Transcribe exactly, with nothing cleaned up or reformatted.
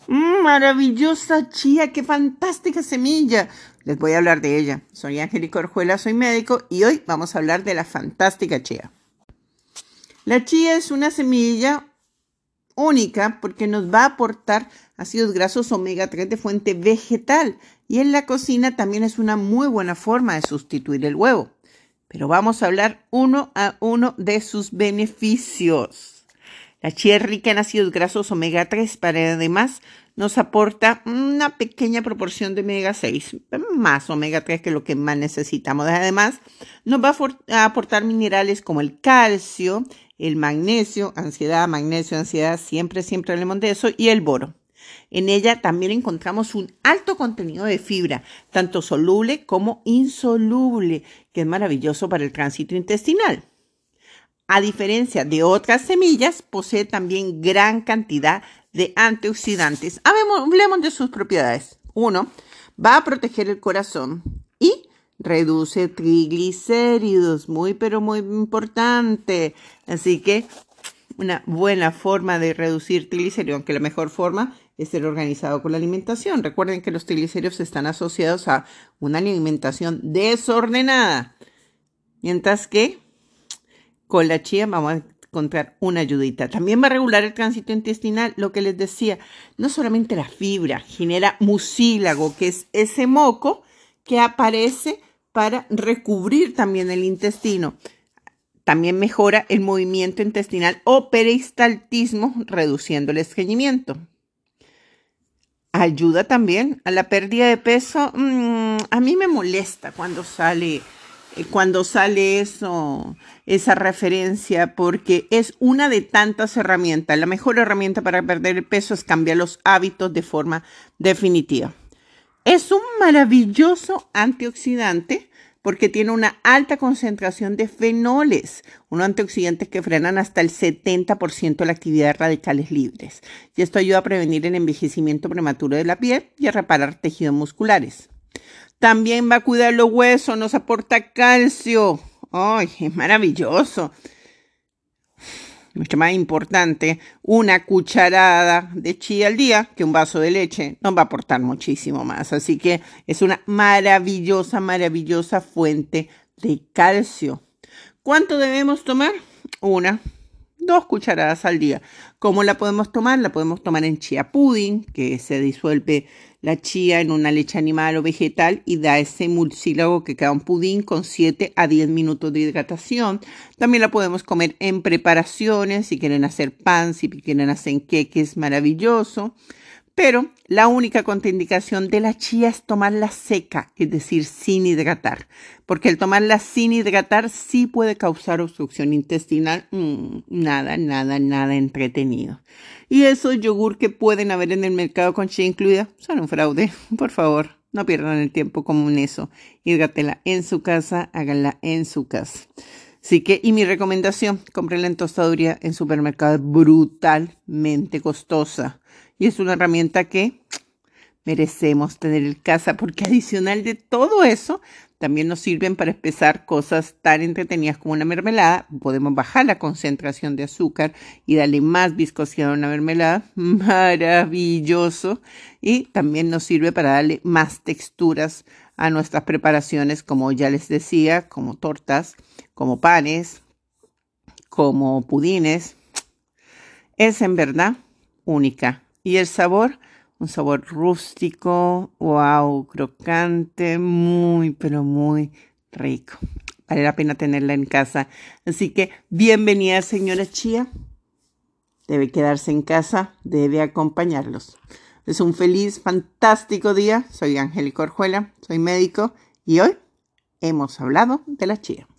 Mm, maravillosa chía, qué fantástica semilla. Les voy a hablar de ella. Soy Angélica Orjuela, soy médico y hoy vamos a hablar de la fantástica chía. La chía es una semilla única porque nos va a aportar ácidos grasos omega tres de fuente vegetal y en la cocina también es una muy buena forma de sustituir el huevo. Pero vamos a hablar uno a uno de sus beneficios. La chía es rica en ácidos grasos omega tres, para además nos aporta una pequeña proporción de omega seis, más omega tres que lo que más necesitamos. Además, nos va a aportar minerales como el calcio, el magnesio, ansiedad, magnesio, ansiedad, siempre, siempre hablemos de eso, y el boro. En ella también encontramos un alto contenido de fibra, tanto soluble como insoluble, que es maravilloso para el tránsito intestinal. A diferencia de otras semillas, posee también gran cantidad de antioxidantes. Hablemos de sus propiedades. Uno, va a proteger el corazón y reduce triglicéridos, muy pero muy importante. Así que una buena forma de reducir triglicéridos, aunque la mejor forma es ser organizado con la alimentación. Recuerden que los triglicéridos están asociados a una alimentación desordenada, mientras que con la chía vamos a encontrar una ayudita. También va a regular el tránsito intestinal, lo que les decía. No solamente la fibra, genera mucílago, que es ese moco que aparece para recubrir también el intestino. También mejora el movimiento intestinal o peristaltismo, reduciendo el estreñimiento. Ayuda también a la pérdida de peso. Mm, a mí me molesta cuando sale... cuando sale eso, esa referencia, porque es una de tantas herramientas. La mejor herramienta para perder el peso es cambiar los hábitos de forma definitiva. Es un maravilloso antioxidante porque tiene una alta concentración de fenoles, unos antioxidantes que frenan hasta el setenta por ciento de la actividad de radicales libres. Y esto ayuda a prevenir el envejecimiento prematuro de la piel y a reparar tejidos musculares. También va a cuidar los huesos, nos aporta calcio. ¡Ay, es maravilloso! Mucho más importante, una cucharada de chía al día que un vaso de leche nos va a aportar muchísimo más. Así que es una maravillosa, maravillosa fuente de calcio. ¿Cuánto debemos tomar? Una, dos cucharadas al día. ¿Cómo la podemos tomar? La podemos tomar en chía pudding, que se disuelve la chía en una leche animal o vegetal y da ese mucílago que queda un pudín con siete a diez minutos de hidratación. También la podemos comer en preparaciones, si quieren hacer pan, si quieren hacer queques, maravilloso. Pero la única contraindicación de la chía es tomarla seca, es decir, sin hidratar. Porque el tomarla sin hidratar sí puede causar obstrucción intestinal. Mm, nada, nada, nada entretenido. Y esos yogur que pueden haber en el mercado con chía incluida son un fraude. Por favor, no pierdan el tiempo como en eso. Hidrátela en su casa, háganla en su casa. Así que, y mi recomendación, cómprenla en tostaduría en supermercado, brutalmente costosa. Y es una herramienta que merecemos tener en casa porque adicional de todo eso, también nos sirven para empezar cosas tan entretenidas como una mermelada. Podemos bajar la concentración de azúcar y darle más viscosidad a una mermelada. Maravilloso. Y también nos sirve para darle más texturas a nuestras preparaciones, como ya les decía, como tortas, como panes, como pudines. Es en verdad única. Y el sabor, un sabor rústico, wow, crocante, muy, pero muy rico. Vale la pena tenerla en casa. Así que bienvenida, señora Chía. Debe quedarse en casa, debe acompañarlos. Es un feliz, fantástico día. Soy Angélica Orjuela, soy médico y hoy hemos hablado de la chía.